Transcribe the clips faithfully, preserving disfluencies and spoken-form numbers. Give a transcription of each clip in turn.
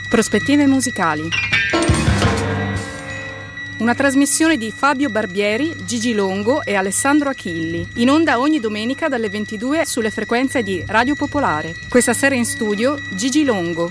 Prospettive musicali. Una trasmissione di Fabio Barbieri, Gigi Longo e Alessandro Achilli, in onda ogni domenica dalle ventidue sulle frequenze di Radio Popolare. Questa sera in studio Gigi Longo.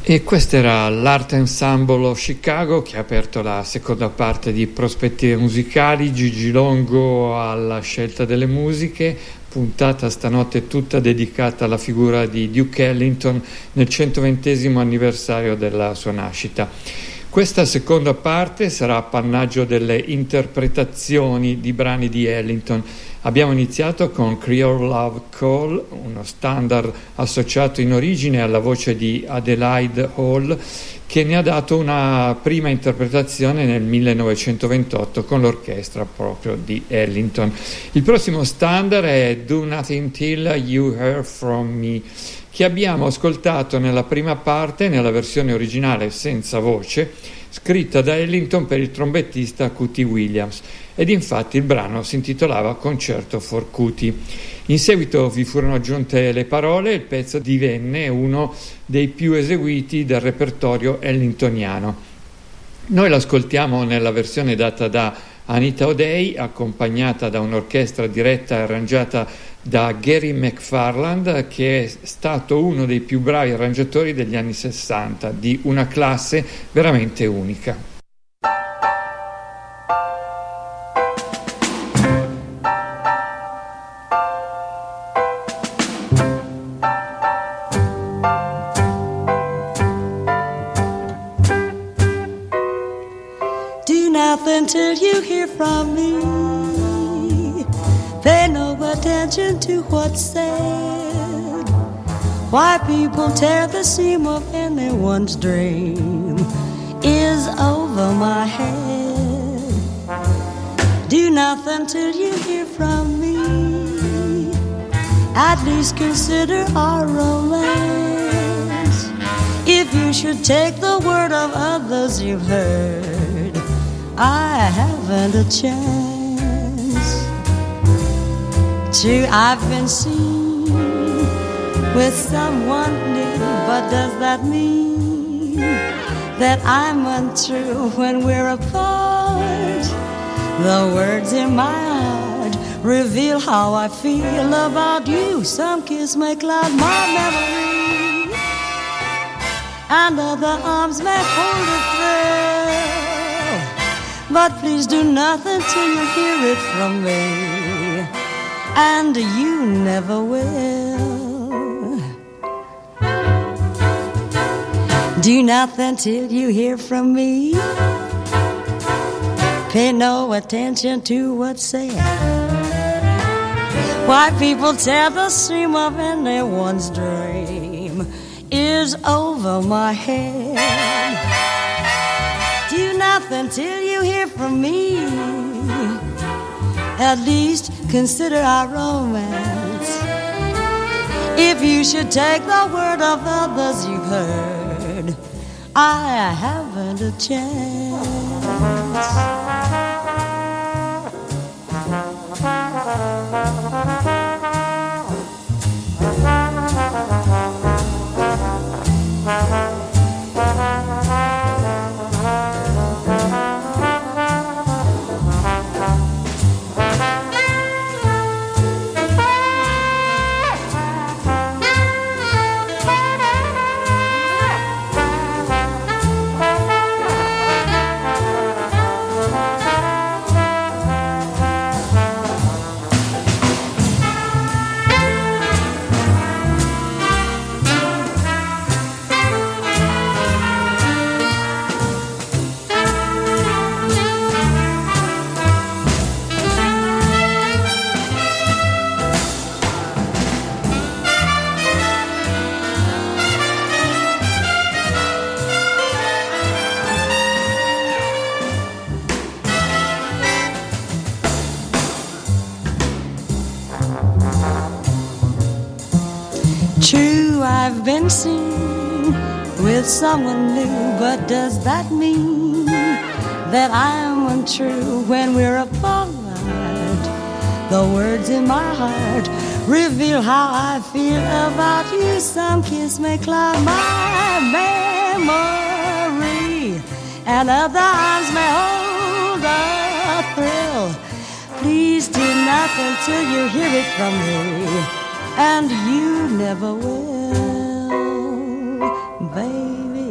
E questa era l'Art Ensemble of Chicago, che ha aperto la seconda parte di Prospettive Musicali. Gigi Longo alla scelta delle musiche, puntata stanotte tutta dedicata alla figura di Duke Ellington nel centoventesimo anniversario della sua nascita. Questa seconda parte sarà appannaggio delle interpretazioni di brani di Ellington. Abbiamo iniziato con Creole Love Call, uno standard associato in origine alla voce di Adelaide Hall, che ne ha dato una prima interpretazione nel millenovecentoventotto con l'orchestra proprio di Ellington. Il prossimo standard è Do Nothing Till You Hear From Me, che abbiamo ascoltato nella prima parte, nella versione originale senza voce, scritta da Ellington per il trombettista Cootie Williams, ed infatti il brano si intitolava Concerto for Cootie. In seguito vi furono aggiunte le parole e il pezzo divenne uno dei più eseguiti del repertorio ellingtoniano. Noi l'ascoltiamo nella versione data da Anita O'Day, accompagnata da un'orchestra diretta e arrangiata da Gary McFarland, che è stato uno dei più bravi arrangiatori degli anni sessanta, di una classe veramente unica. Until you hear from me, pay no attention to what's said. Why people tear the seam of anyone's dream is over my head. Do nothing till you hear from me. At least consider our romance. If you should take the word of others you've heard, I haven't a chance. True, I've been seen with someone new, but does that mean that I'm untrue when we're apart? The words in my heart reveal how I feel about you. Some kiss may cloud my memory, and other arms may hold a thrill. But please do nothing till you hear it from me, and you never will. Do nothing till you hear from me. Pay no attention to what's said. Why people tear the seam of anyone's dream is over my head. Do nothing till you hear from me. At least consider our romance. If you should take the word of others you've heard, I haven't a chance. True, I've been seen with someone new, but does that mean that I'm untrue when we're apart? The words in my heart reveal how I feel about you. Some kiss may cloud my memory, and other arms may hold a thrill. Please do nothing till you hear it from me, and you never will, baby.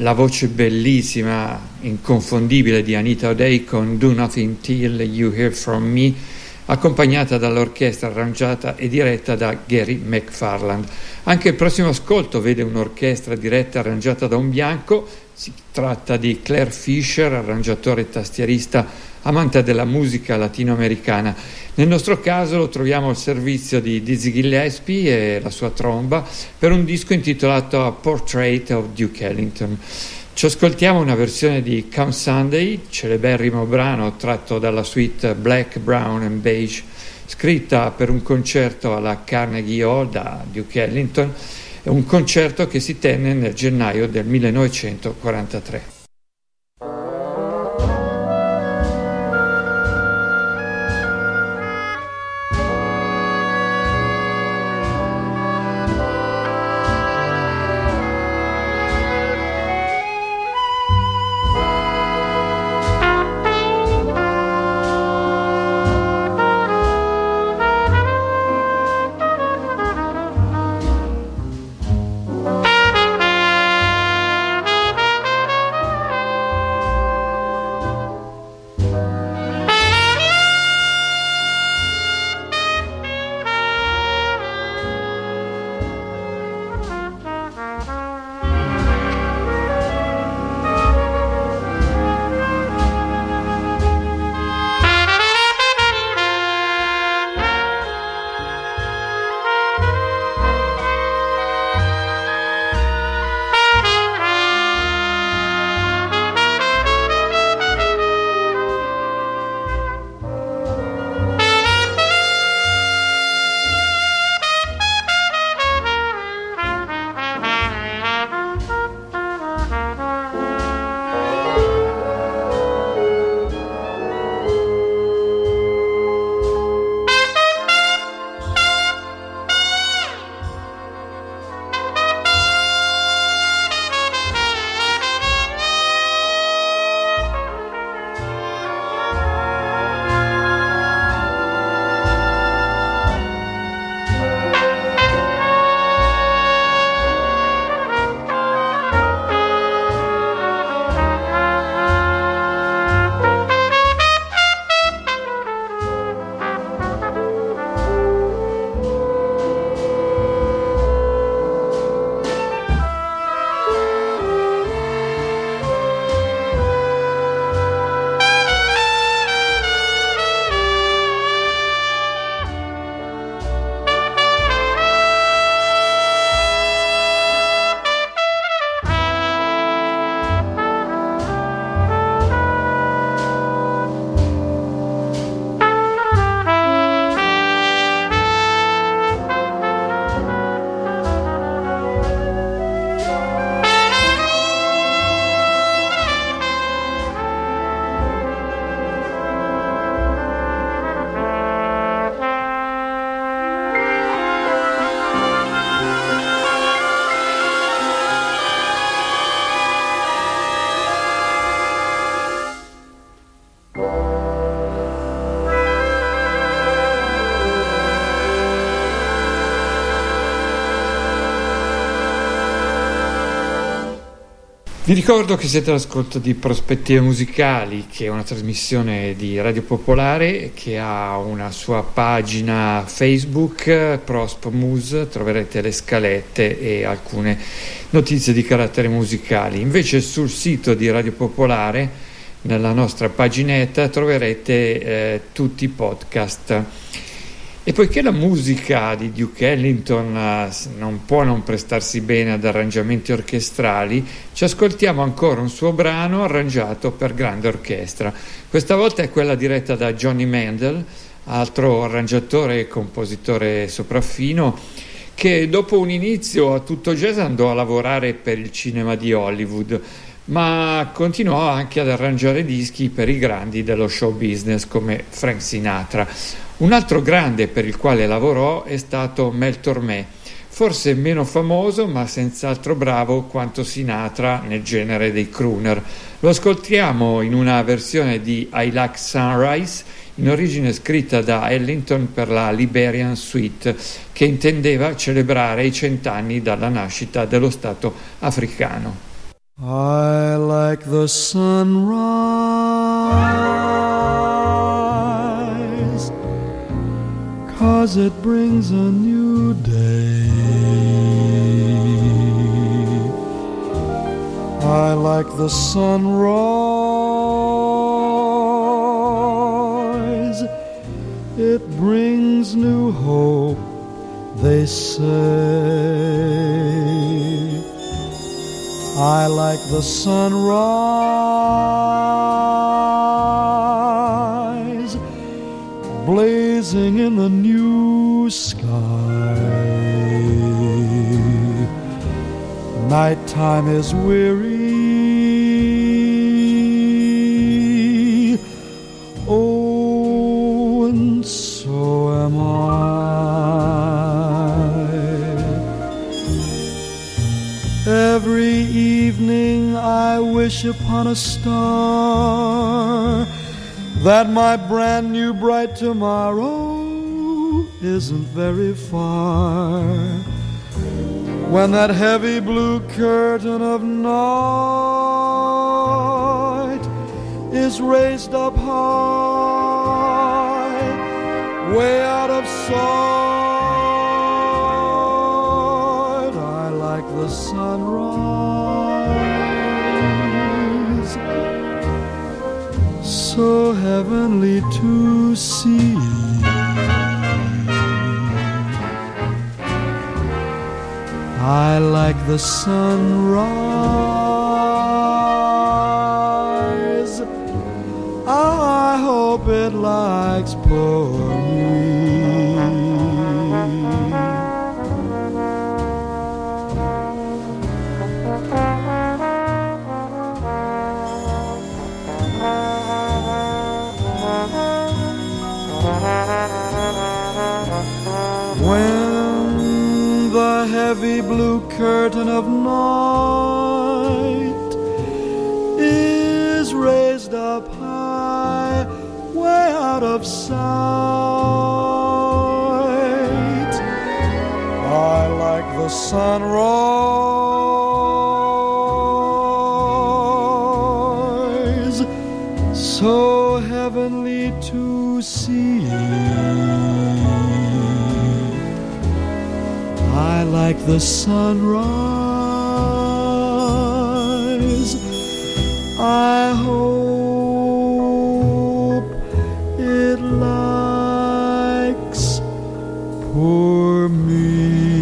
la voce bellissima, inconfondibile di Anita O'Day con Do Nothing Till You Hear From Me, accompagnata dall'orchestra arrangiata e diretta da Gary McFarland. Anche il prossimo ascolto vede un'orchestra diretta e arrangiata da un bianco. Si tratta di Claire Fisher, arrangiatore e tastierista amante della musica latinoamericana. Nel nostro caso lo troviamo al servizio di Dizzy Gillespie e la sua tromba per un disco intitolato A Portrait of Duke Ellington. Ci ascoltiamo una versione di Come Sunday, celeberrimo brano tratto dalla suite Black, Brown and Beige, scritta per un concerto alla Carnegie Hall da Duke Ellington. È un concerto che si tenne nel gennaio del millenovecentoquarantatré. Vi ricordo che siete all'ascolto di Prospettive Musicali, che è una trasmissione di Radio Popolare che ha una sua pagina Facebook, ProspoMus, troverete le scalette e alcune notizie di carattere musicale. Invece sul sito di Radio Popolare, nella nostra paginetta, troverete eh, tutti i podcast. E poiché la musica di Duke Ellington non può non prestarsi bene ad arrangiamenti orchestrali, ci ascoltiamo ancora un suo brano arrangiato per grande orchestra. Questa volta è quella diretta da Johnny Mandel, altro arrangiatore e compositore sopraffino, che dopo un inizio a tutto jazz andò a lavorare per il cinema di Hollywood, ma continuò anche ad arrangiare dischi per i grandi dello show business come Frank Sinatra. Un altro grande per il quale lavorò è stato Mel Tormé, forse meno famoso ma senz'altro bravo quanto Sinatra nel genere dei crooner. Lo ascoltiamo in una versione di I Like Sunrise, in origine scritta da Ellington per la Liberian Suite, che intendeva celebrare i cent'anni dalla nascita dello Stato africano. I like the sunrise, 'cause it brings a new day. I like the sunrise, it brings new hope, they say. I like the sunrise, blazing in the new sky. Nighttime is weary, oh, and so am I. Every evening I wish upon a star that my brand new bright tomorrow isn't very far. When that heavy blue curtain of night is raised up high, way out of sight, I like the sunrise, so heavenly to see. I like the sunrise, I hope it likes poor me. When the heavy blue curtain of night is raised up high, way out of sight, I like the sunrise, so heavenly to see. I like the sunrise, I hope it likes poor me.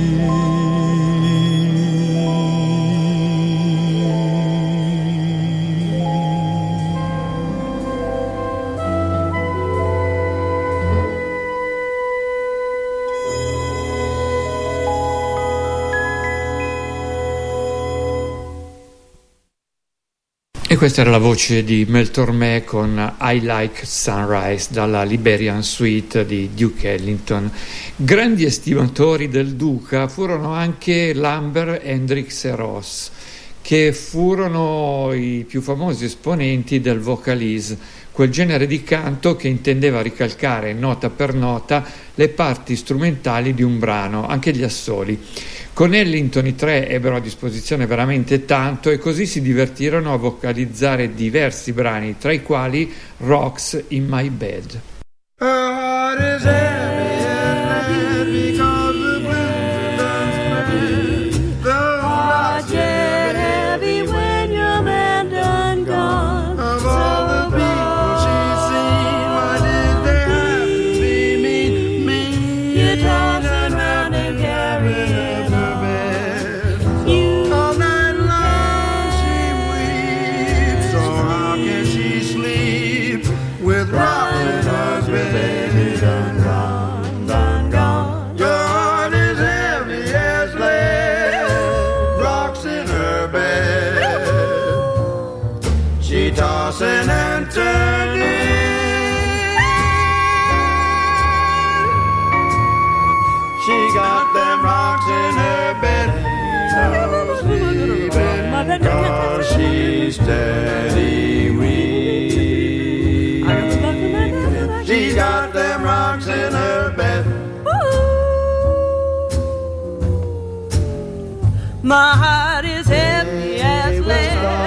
E questa era la voce di Mel Tormé con I Like Sunrise dalla Liberian Suite di Duke Ellington. Grandi estimatori del Duca furono anche Lambert, Hendrix e Ross, che furono i più famosi esponenti del vocalese, quel genere di canto che intendeva ricalcare nota per nota le parti strumentali di un brano, anche gli assoli. Con Ellington i tre ebbero a disposizione veramente tanto e così si divertirono a vocalizzare diversi brani, tra i quali Rocks in My Bed. Tossing and turning, she got them rocks in her bed, no sleeping, 'cause she's steady weak. She got them rocks in her bed. My heart is heavy as lead.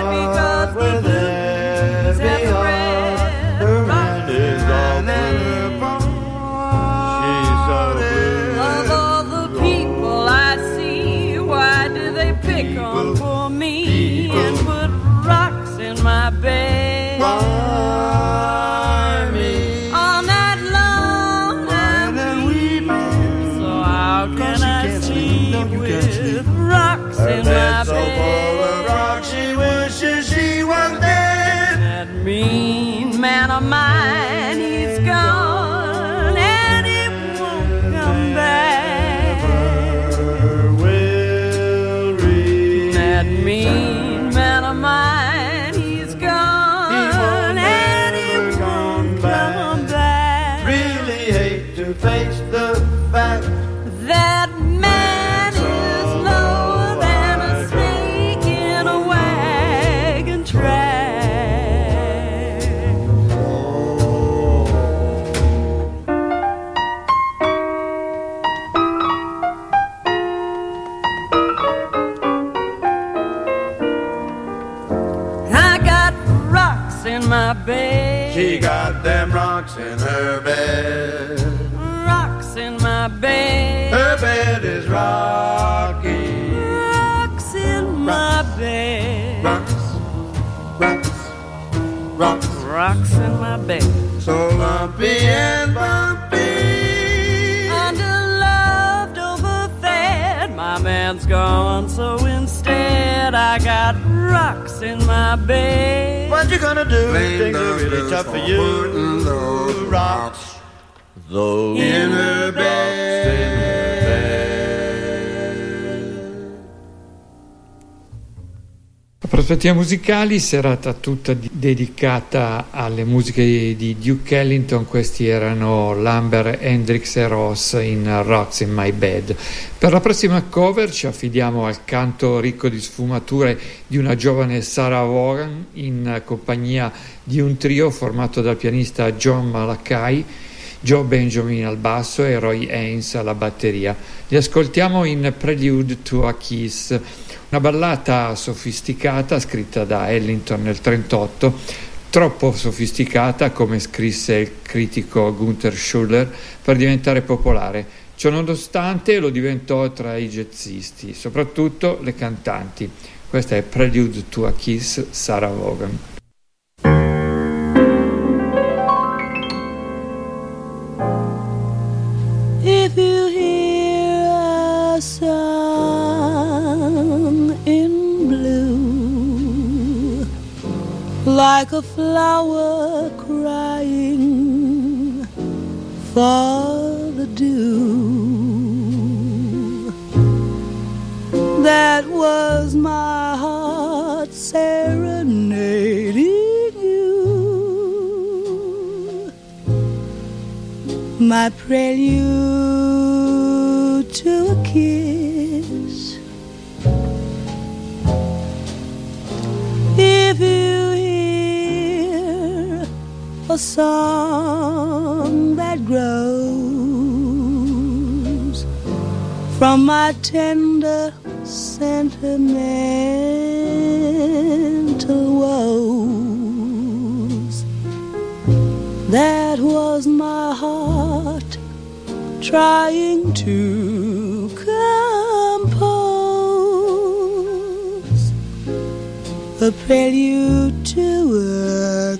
to face the fact that man is lower than a snake in a wagon track. oh. I got rocks in my bed. She got them rocks in her bed. Rocks in my bed. Her bed is rocky. Rocks in my bed. Rocks, rocks, rocks. Rocks in my bed. So lumpy and bumpy. Underloved, overfed. My man's gone, so instead I got rocks in my bed. What you gonna do? Blame Things the are really blues tough for for you. putting those Rocks. Those In her bed. La prospettiva musicali, serata tutta di- dedicata alle musiche di Duke Ellington. Questi erano Lambert, Hendrix e Ross in Rocks in My Bed. Per la prossima cover ci affidiamo al canto ricco di sfumature di una giovane Sarah Vaughan in compagnia di un trio formato dal pianista John Malakai, Joe Benjamin al basso e Roy Haynes alla batteria. Li ascoltiamo in Prelude to a Kiss, una ballata sofisticata scritta da Ellington nel trentotto, troppo sofisticata, come scrisse il critico Gunther Schuller, per diventare popolare. Ciononostante lo diventò tra i jazzisti, soprattutto le cantanti. Questa è Prelude to a Kiss, Sarah Vaughan. If you hear a song in blue, like a flower crying for the dew, that was my heart serenading you, my prelude to a kiss. If you hear a song that grows from my tender sentimental woes, that was my heart trying to compose a prelude to a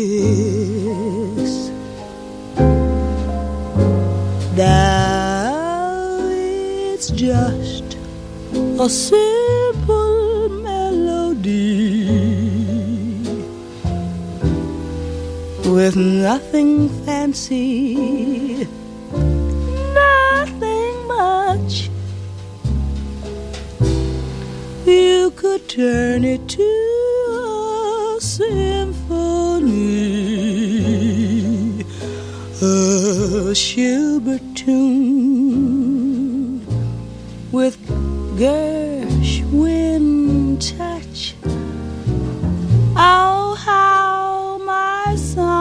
kiss. Now it's just a simple melody with nothing fancy, nothing much. You could turn it to a symphony, a Schubert tune with Gershwin touch. Oh, how my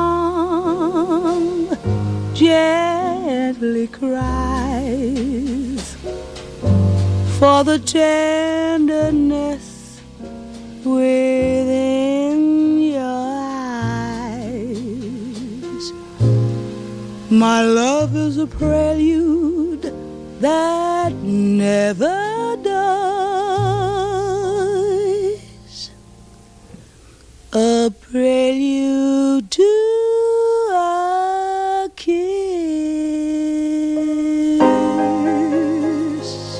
song gently cries for the tenderness within your eyes. My love is a prelude that never dies, a prelude to a kiss.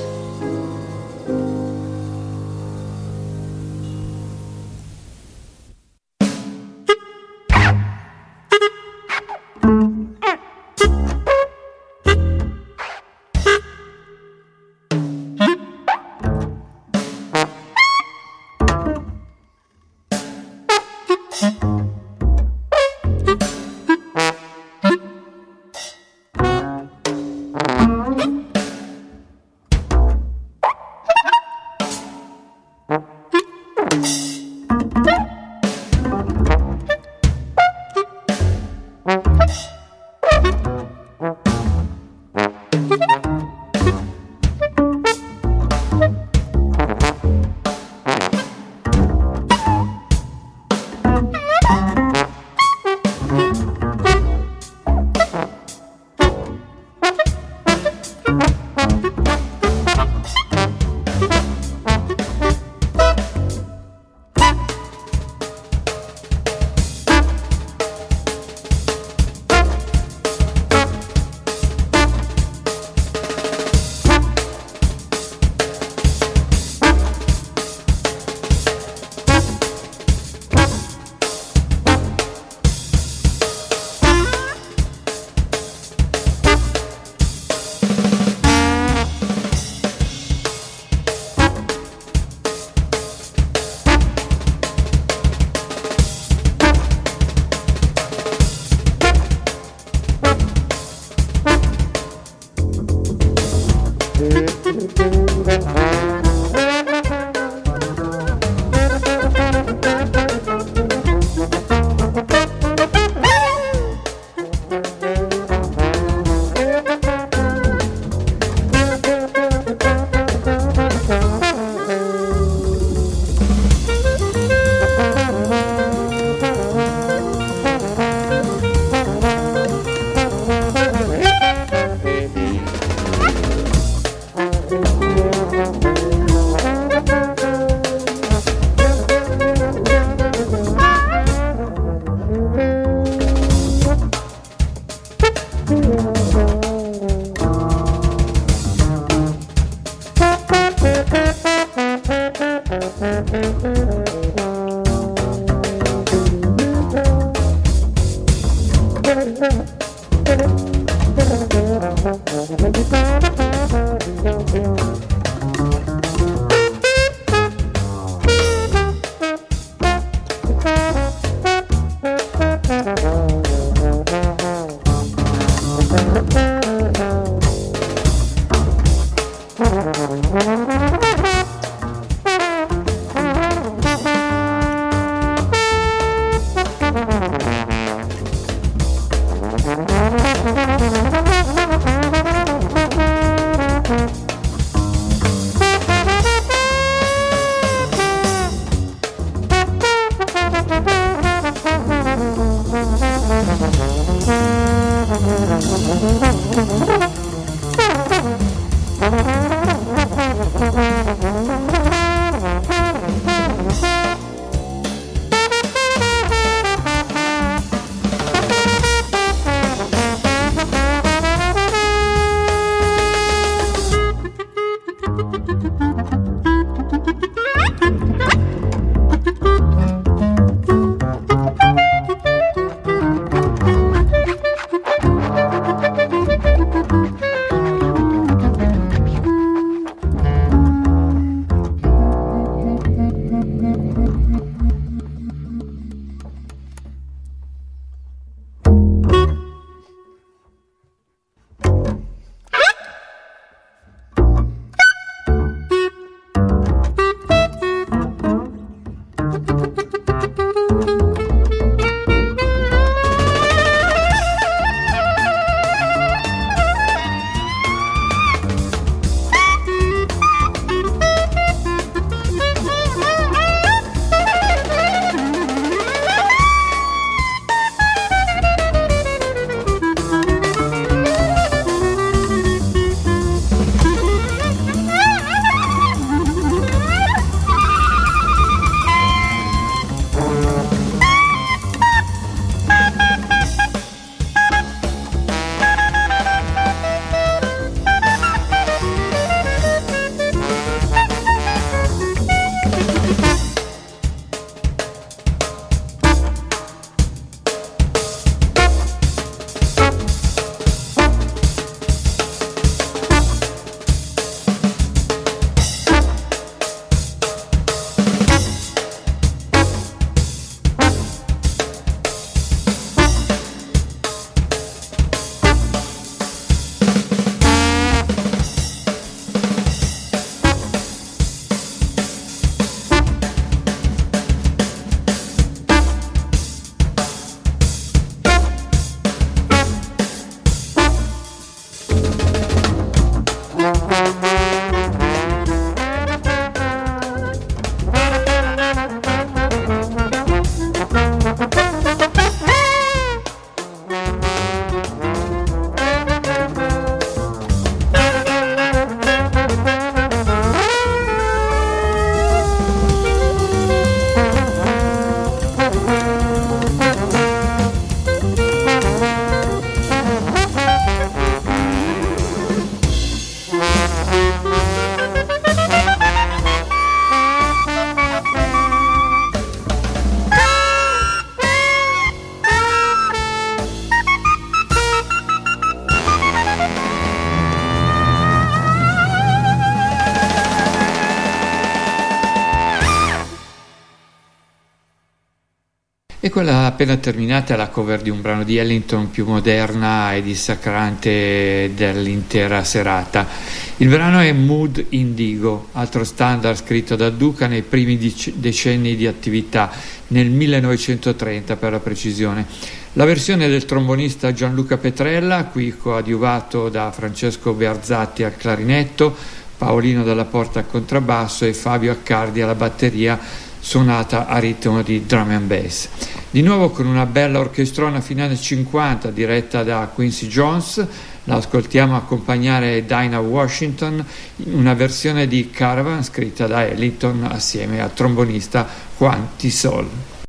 E quella appena terminata è la cover di un brano di Ellington più moderna e dissacrante dell'intera serata. Il brano è Mood Indigo, altro standard scritto da Duca nei primi decenni di attività, nel millenovecentotrenta per la precisione. La versione del trombonista Gianluca Petrella, qui coadiuvato da Francesco Bearzatti al clarinetto, Paolino Dalla Porta al contrabbasso e Fabio Accardi alla batteria, suonata a ritmo di drum and bass. Di nuovo con una bella orchestrona fino anni cinquanta diretta da Quincy Jones, la ascoltiamo accompagnare Dinah Washington in una versione di Caravan scritta da Ellington assieme al trombonista Juan Tisol.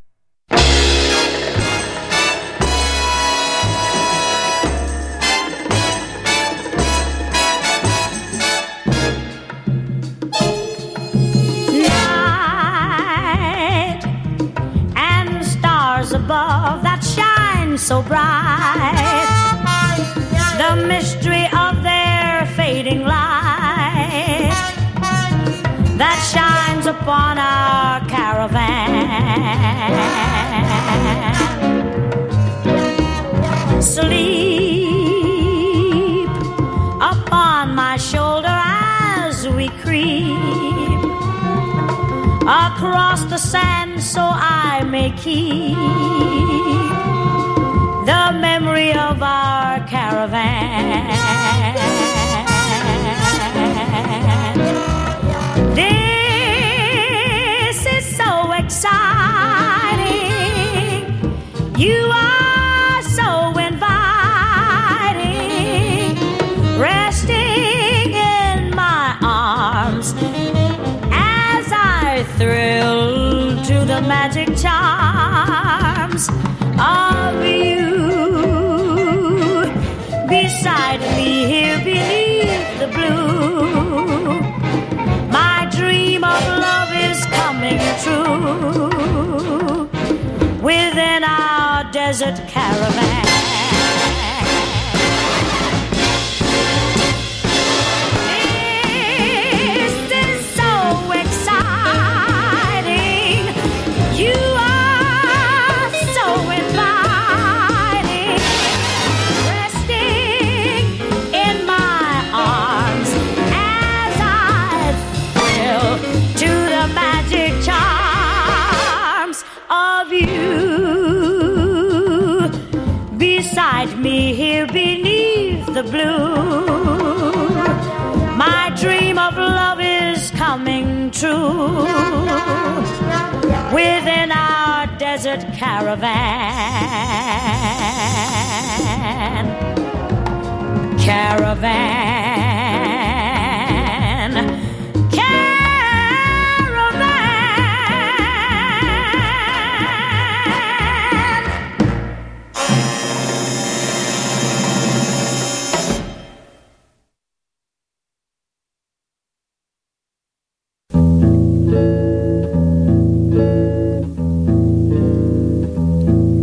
So bright, the mystery of their fading light that shines upon our caravan. Sleep upon my shoulder as we creep across the sand so I may keep the memory of our caravan. This is so exciting. You are so inviting, resting in my arms as I thrill to the magic charms of you. Beside me here beneath the blue, my dream of love is coming true within our desert caravan. This is so exciting. You are so inviting, resting in my arms as I thrill to the magic charms of you. Beside me here beneath the blue, my dream of love is coming true within our desert caravan. Caravan.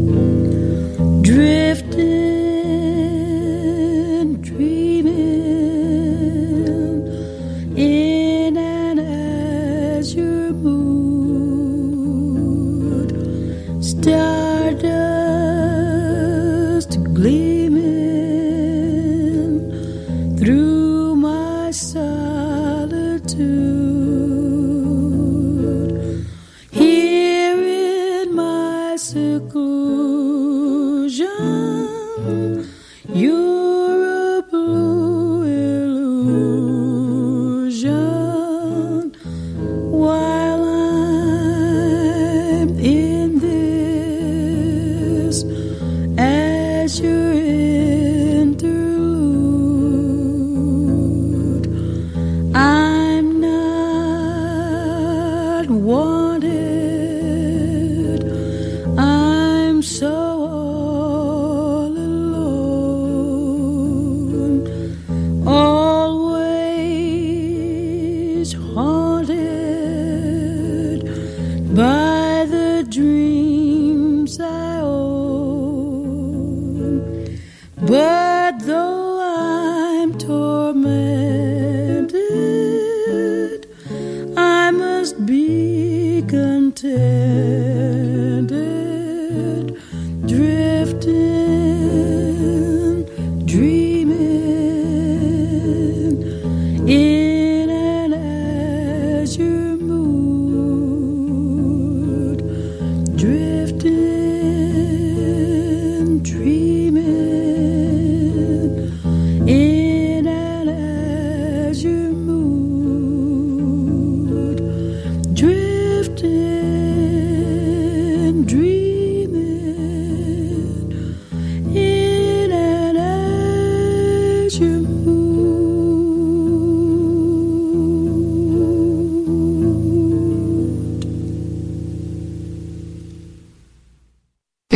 Drifting, dreaming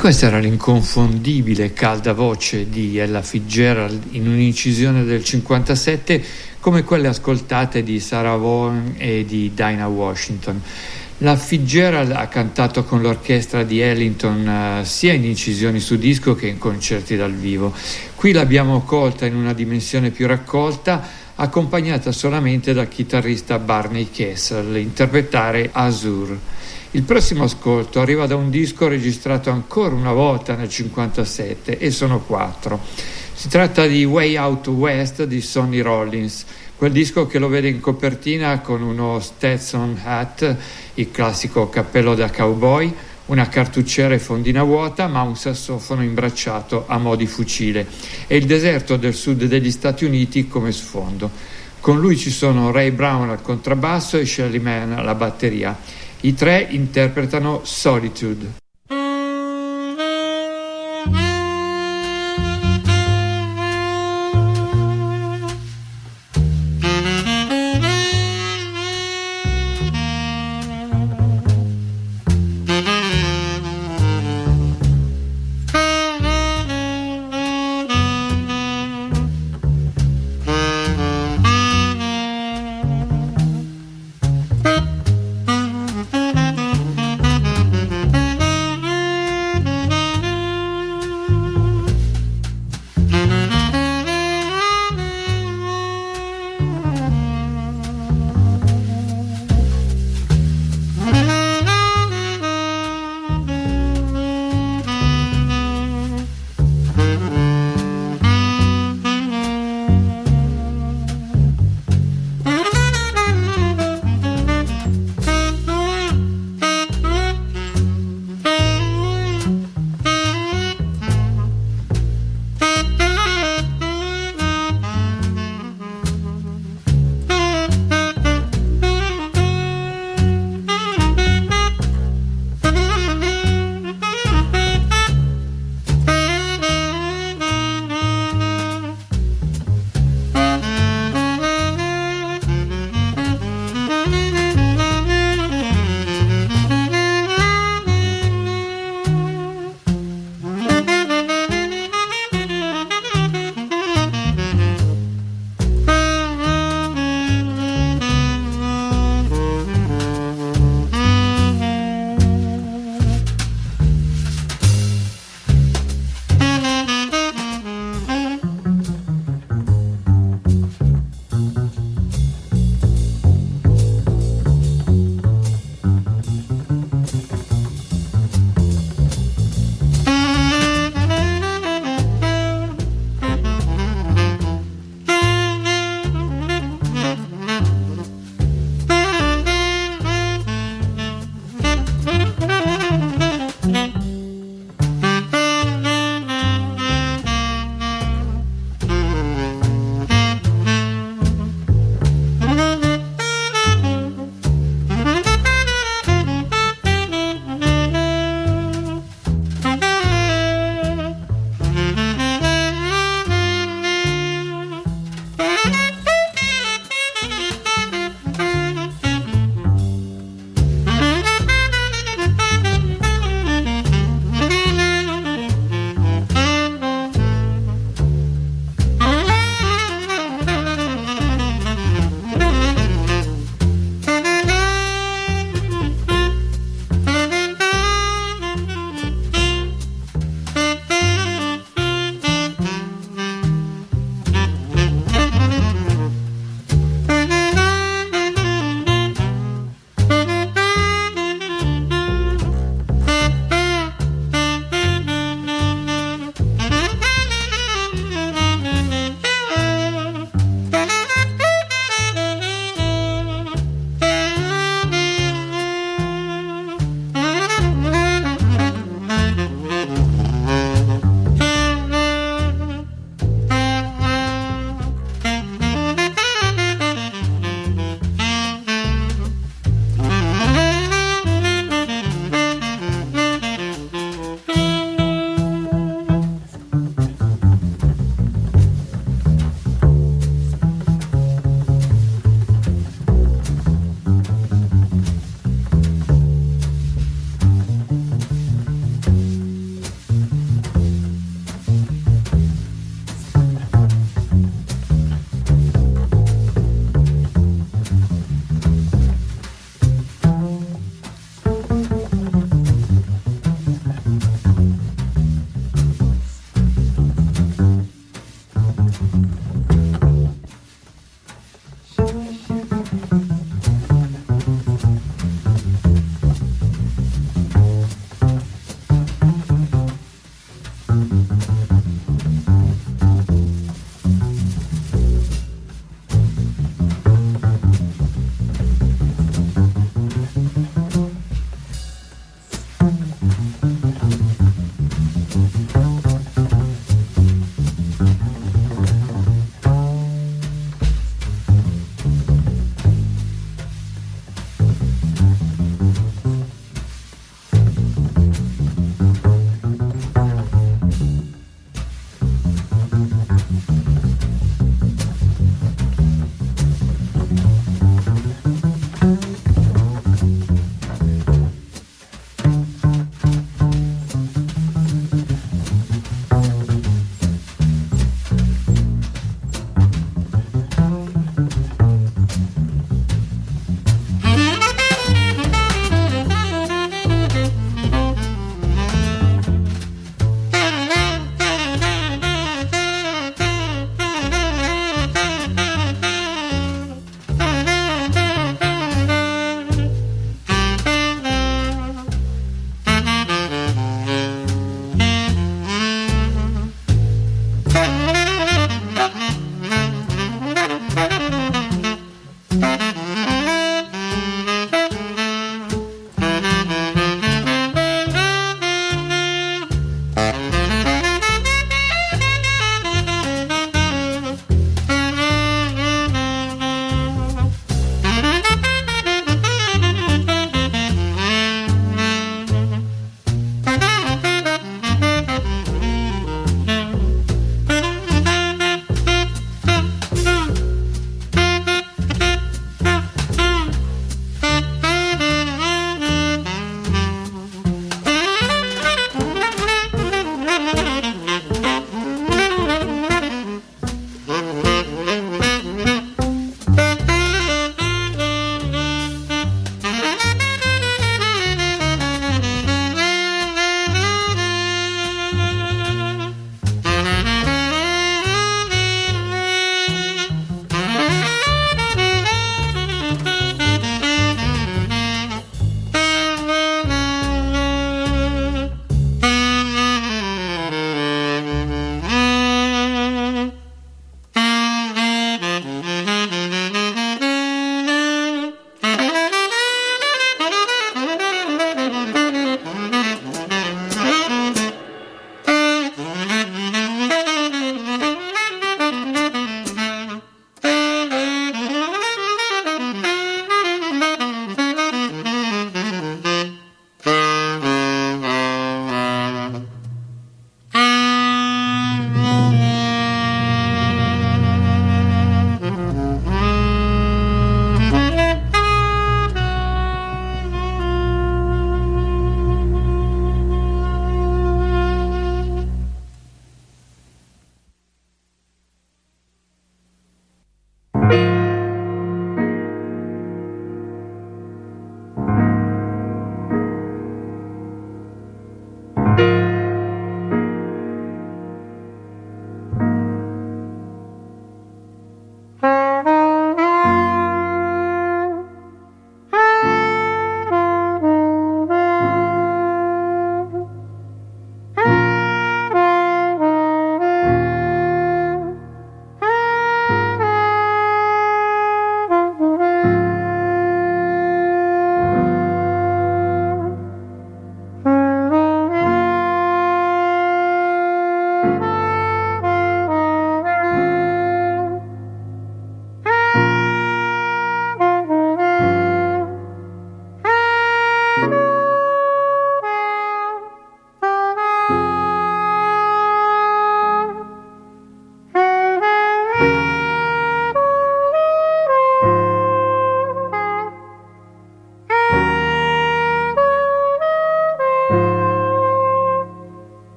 questa era l'inconfondibile calda voce di Ella Fitzgerald in un'incisione del cinquantasette, come quelle ascoltate di Sarah Vaughan e di Dinah Washington. La Fitzgerald ha cantato con l'orchestra di Ellington eh, sia in incisioni su disco che in concerti dal vivo. Qui l'abbiamo colta in una dimensione più raccolta, accompagnata solamente dal chitarrista Barney Kessel, interpretare Azure. Il prossimo ascolto arriva da un disco registrato ancora una volta nel cinquantasette, e sono quattro. Si tratta di Way Out West di Sonny Rollins, quel disco che lo vede in copertina con uno Stetson hat, il classico cappello da cowboy, una cartucciera e fondina vuota, ma un sassofono imbracciato a mo' di fucile, e il deserto del sud degli Stati Uniti come sfondo. Con lui ci sono Ray Brown al contrabbasso e Shelly Manne alla batteria. I tre interpretano Solitude. Thank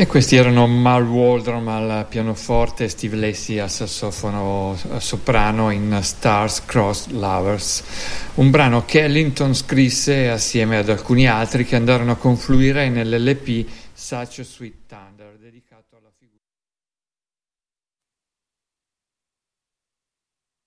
E questi erano Mal Waldron al pianoforte e Steve Lacy al sassofono soprano in Stars Crossed Lovers, un brano che Ellington scrisse assieme ad alcuni altri che andarono a confluire nell'L P Such a Sweet Thunder, dedicato alla figura